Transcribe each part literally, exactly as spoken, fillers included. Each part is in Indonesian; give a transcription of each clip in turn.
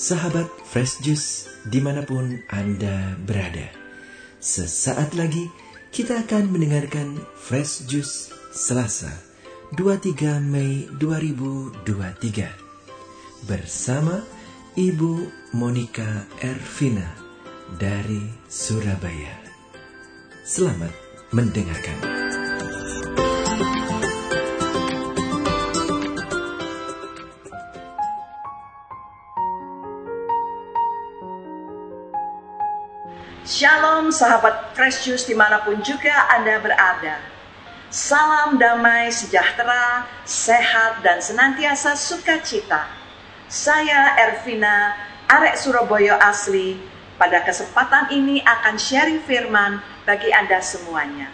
Sahabat Fresh Juice dimanapun Anda berada, sesaat lagi kita akan mendengarkan Fresh Juice Selasa dua puluh tiga Mei dua ribu dua puluh tiga bersama Ibu Monica Ervina dari Surabaya. Selamat mendengarkan. Shalom sahabat Fresh Juice dimanapun juga Anda berada. Salam damai, sejahtera, sehat, dan senantiasa sukacita. Saya Ervina, arek Surabaya asli. Pada kesempatan ini akan sharing firman bagi Anda semuanya.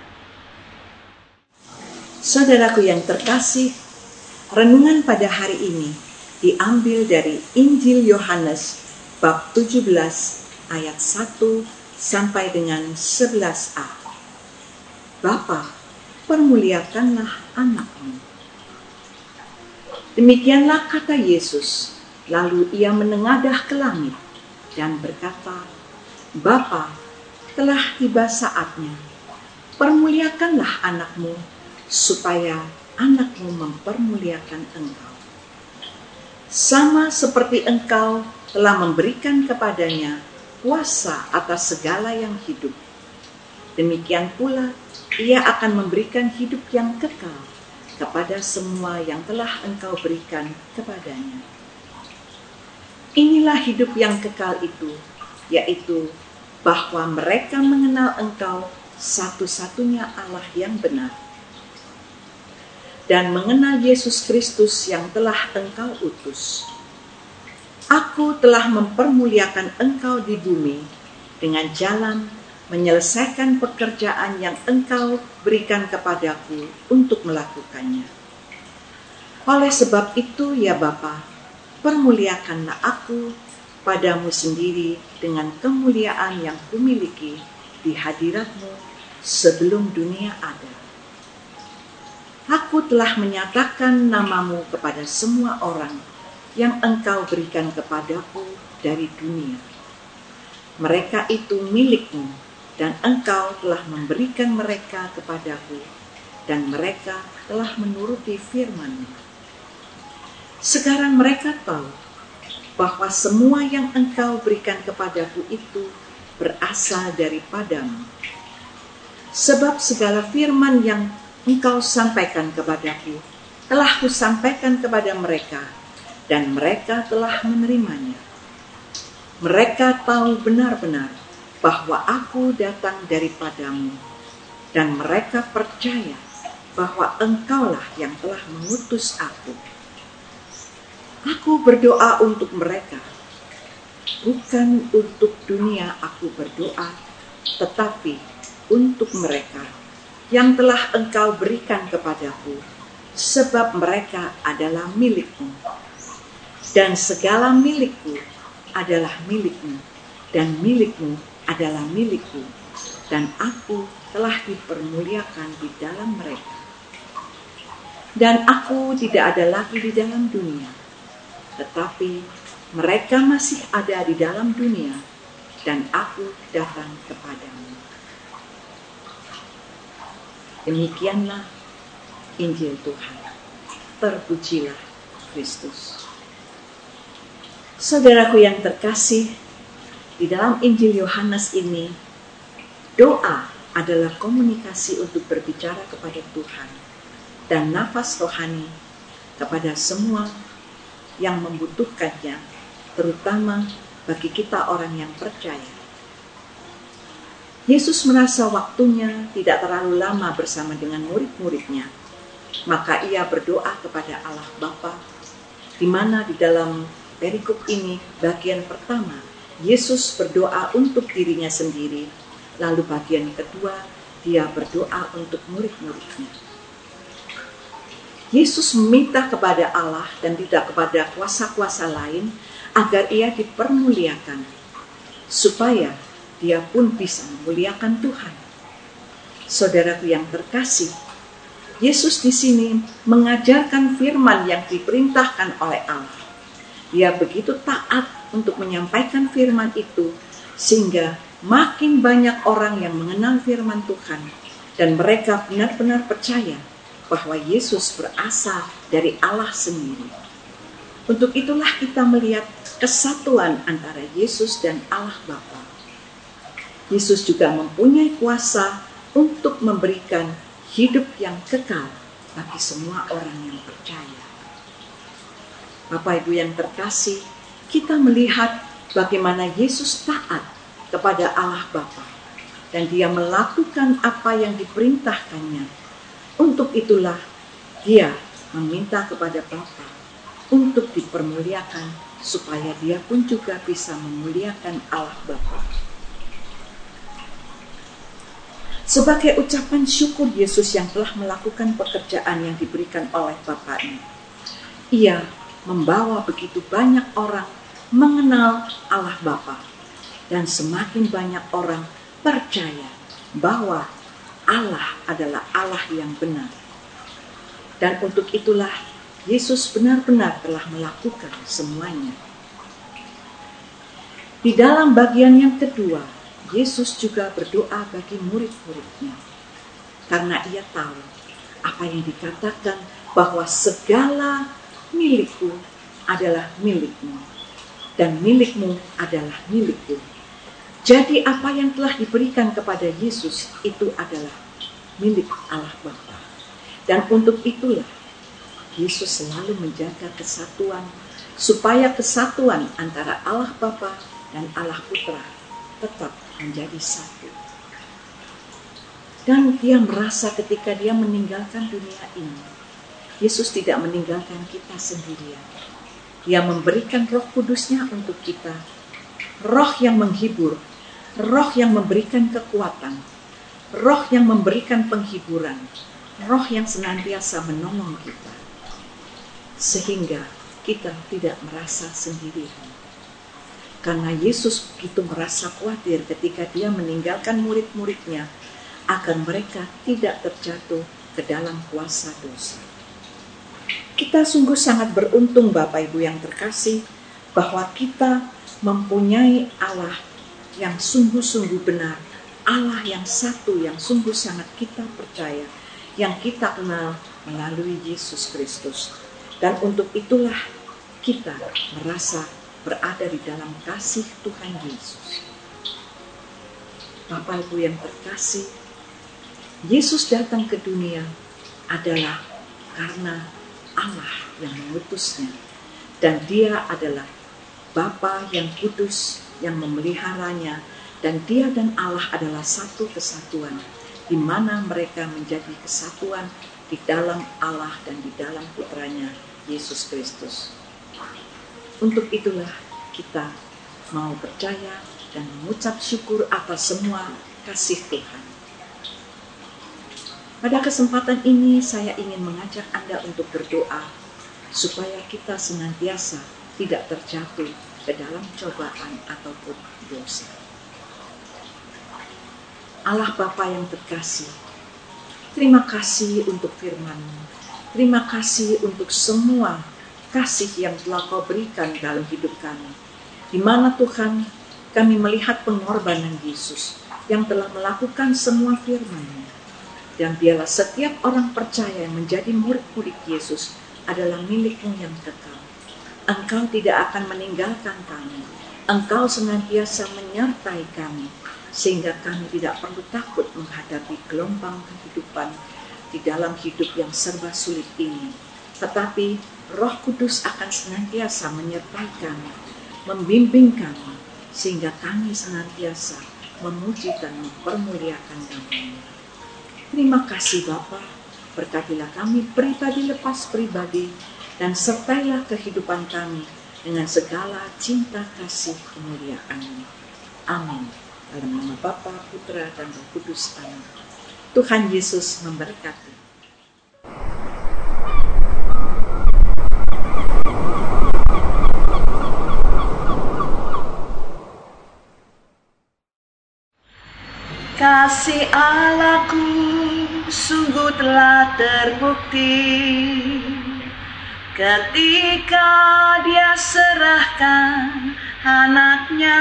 Saudaraku yang terkasih, renungan pada hari ini diambil dari Injil Yohanes bab tujuh belas ayat satu sampai dengan sebelas a. Bapa, permuliakanlah anakmu. Demikianlah kata Yesus. Lalu ia menengadah ke langit dan berkata, Bapa, telah tiba saatnya. Permuliakanlah anakmu, supaya anakmu mempermuliakan engkau. Sama seperti engkau telah memberikan kepadanya kuasa atas segala yang hidup. Demikian pula ia akan memberikan hidup yang kekal kepada semua yang telah engkau berikan kepadanya. Inilah hidup yang kekal itu, yaitu bahwa mereka mengenal engkau satu-satunya Allah yang benar, dan mengenal Yesus Kristus yang telah engkau utus. Aku telah mempermuliakan engkau di bumi dengan jalan menyelesaikan pekerjaan yang engkau berikan kepadaku untuk melakukannya. Oleh sebab itu, ya Bapa, permuliakanlah aku padamu sendiri dengan kemuliaan yang kumiliki di hadiratmu sebelum dunia ada. Aku telah menyatakan namamu kepada semua orang yang engkau berikan kepadaku dari dunia. Mereka itu milikmu, dan engkau telah memberikan mereka kepadaku, dan mereka telah menuruti firman-Mu. Sekarang mereka tahu bahwa semua yang engkau berikan kepadaku itu berasal daripadamu. Sebab segala firman yang engkau sampaikan kepadaku telah kusampaikan kepada mereka, dan mereka telah menerimanya. Mereka tahu benar-benar bahwa aku datang daripadamu, dan mereka percaya bahwa engkaulah yang telah mengutus aku. Aku berdoa untuk mereka, bukan untuk dunia aku berdoa, tetapi untuk mereka yang telah engkau berikan kepadaku, sebab mereka adalah milikmu. Dan segala milikku adalah milikmu, dan milikmu adalah milikku, dan aku telah dipermuliakan di dalam mereka. Dan aku tidak ada lagi di dalam dunia, tetapi mereka masih ada di dalam dunia, dan aku datang kepadamu. Demikianlah Injil Tuhan. Terpujilah Kristus. Saudaraku yang terkasih, di dalam Injil Yohanes ini, doa adalah komunikasi untuk berbicara kepada Tuhan dan nafas rohani kepada semua yang membutuhkannya, terutama bagi kita orang yang percaya. Yesus merasa waktunya tidak terlalu lama bersama dengan murid-muridnya, maka ia berdoa kepada Allah Bapa, di mana di dalam perikop ini, bagian pertama, Yesus berdoa untuk dirinya sendiri. Lalu bagian kedua, dia berdoa untuk murid-muridnya. Yesus meminta kepada Allah dan tidak kepada kuasa-kuasa lain agar ia dipermuliakan, supaya dia pun bisa memuliakan Tuhan. Saudaraku yang terkasih, Yesus di sini mengajarkan firman yang diperintahkan oleh Allah. Dia begitu taat untuk menyampaikan firman itu, sehingga makin banyak orang yang mengenal firman Tuhan dan mereka benar-benar percaya bahwa Yesus berasal dari Allah sendiri. Untuk itulah kita melihat kesatuan antara Yesus dan Allah Bapa. Yesus juga mempunyai kuasa untuk memberikan hidup yang kekal bagi semua orang yang percaya. Bapak Ibu yang terkasih, kita melihat bagaimana Yesus taat kepada Allah Bapa dan dia melakukan apa yang diperintahkannya. Untuk itulah dia meminta kepada Bapa untuk dipermuliakan supaya dia pun juga bisa memuliakan Allah Bapa. Sebagai ucapan syukur Yesus yang telah melakukan pekerjaan yang diberikan oleh Bapaknya, ia membawa begitu banyak orang mengenal Allah Bapa dan semakin banyak orang percaya bahwa Allah adalah Allah yang benar. Dan untuk itulah Yesus benar-benar telah melakukan semuanya. Di dalam bagian yang kedua, Yesus juga berdoa bagi murid-muridnya. Karena ia tahu apa yang dikatakan bahwa segala milikku adalah milikmu dan milikmu adalah milikku. Jadi apa yang telah diberikan kepada Yesus itu adalah milik Allah Bapa. Dan untuk itulah Yesus selalu menjaga kesatuan supaya kesatuan antara Allah Bapa dan Allah Putra tetap menjadi satu. Dan dia merasa ketika dia meninggalkan dunia ini, Yesus tidak meninggalkan kita sendirian. Dia memberikan Roh Kudus-Nya untuk kita, Roh yang menghibur, Roh yang memberikan kekuatan, Roh yang memberikan penghiburan, Roh yang senantiasa menolong kita, sehingga kita tidak merasa sendirian. Karena Yesus begitu merasa khawatir ketika dia meninggalkan murid-muridnya agar mereka tidak terjatuh ke dalam kuasa dosa. Kita sungguh sangat beruntung Bapak Ibu yang terkasih bahwa kita mempunyai Allah yang sungguh-sungguh benar, Allah yang satu yang sungguh sangat kita percaya, yang kita kenal melalui Yesus Kristus. Dan untuk itulah kita merasa berada di dalam kasih Tuhan Yesus. Bapak Ibu yang terkasih, Yesus datang ke dunia adalah karena Allah yang mengutusnya. Dan dia adalah Bapa yang kudus yang memeliharanya. Dan dia dan Allah adalah satu kesatuan, di mana mereka menjadi kesatuan di dalam Allah dan di dalam Putranya Yesus Kristus. Untuk itulah kita mau percaya dan mengucap syukur atas semua kasih Tuhan. Pada kesempatan ini saya ingin mengajak Anda untuk berdoa supaya kita senantiasa tidak terjatuh ke dalam cobaan ataupun dosa. Allah Bapa yang terkasih, terima kasih untuk firman-Mu. Terima kasih untuk semua kasih yang telah Kau berikan dalam hidup kami. Di mana Tuhan, kami melihat pengorbanan Yesus yang telah melakukan semua firman-Mu. Dan biarlah setiap orang percaya yang menjadi murid-murid Yesus adalah milik-Mu yang kekal. Engkau tidak akan meninggalkan kami. Engkau senantiasa menyertai kami, sehingga kami tidak perlu takut menghadapi gelombang kehidupan di dalam hidup yang serba sulit ini. Tetapi Roh Kudus akan senantiasa menyertai kami, membimbing kami, sehingga kami senantiasa memuji dan mempermuliakan nama-Mu. Terima kasih Bapa, berkatilah kami pribadi lepas pribadi, dan sertailah kehidupan kami dengan segala cinta kasih kemuliaan-Mu. Amin. Dalam nama Bapa, Putra, dan Roh Kudus. Amin. Tuhan Yesus memberkati. Kasih Allahku sungguh telah terbukti ketika Dia serahkan anaknya.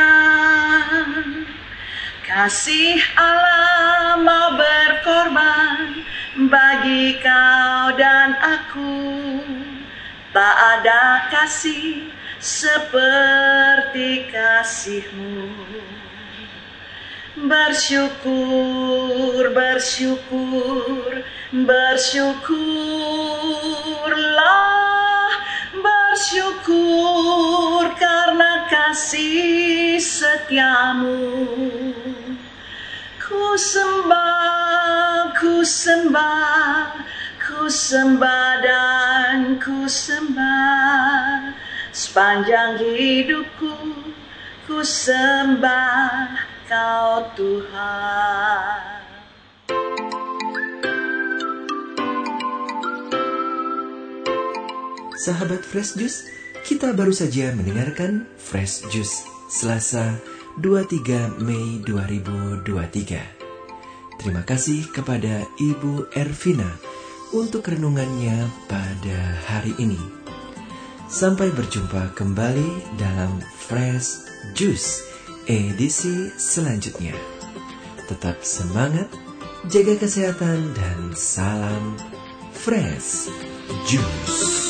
Kasih Allah mau berkorban bagi kau dan aku. Tak ada kasih seperti kasih-Mu. Bersyukur, bersyukur, bersyukurlah, bersyukur karena kasih setia-Mu. Ku sembah, ku sembah, ku sembah dan ku sembah. Sepanjang hidupku ku sembah Kau Tuhan. Sahabat Fresh Juice, kita baru saja mendengarkan Fresh Juice Selasa dua puluh tiga Mei dua ribu dua puluh tiga. Terima kasih kepada Ibu Ervina untuk renungannya pada hari ini. Sampai berjumpa kembali dalam Fresh Juice edisi selanjutnya. Tetap semangat, jaga kesehatan, dan salam Fresh Juice.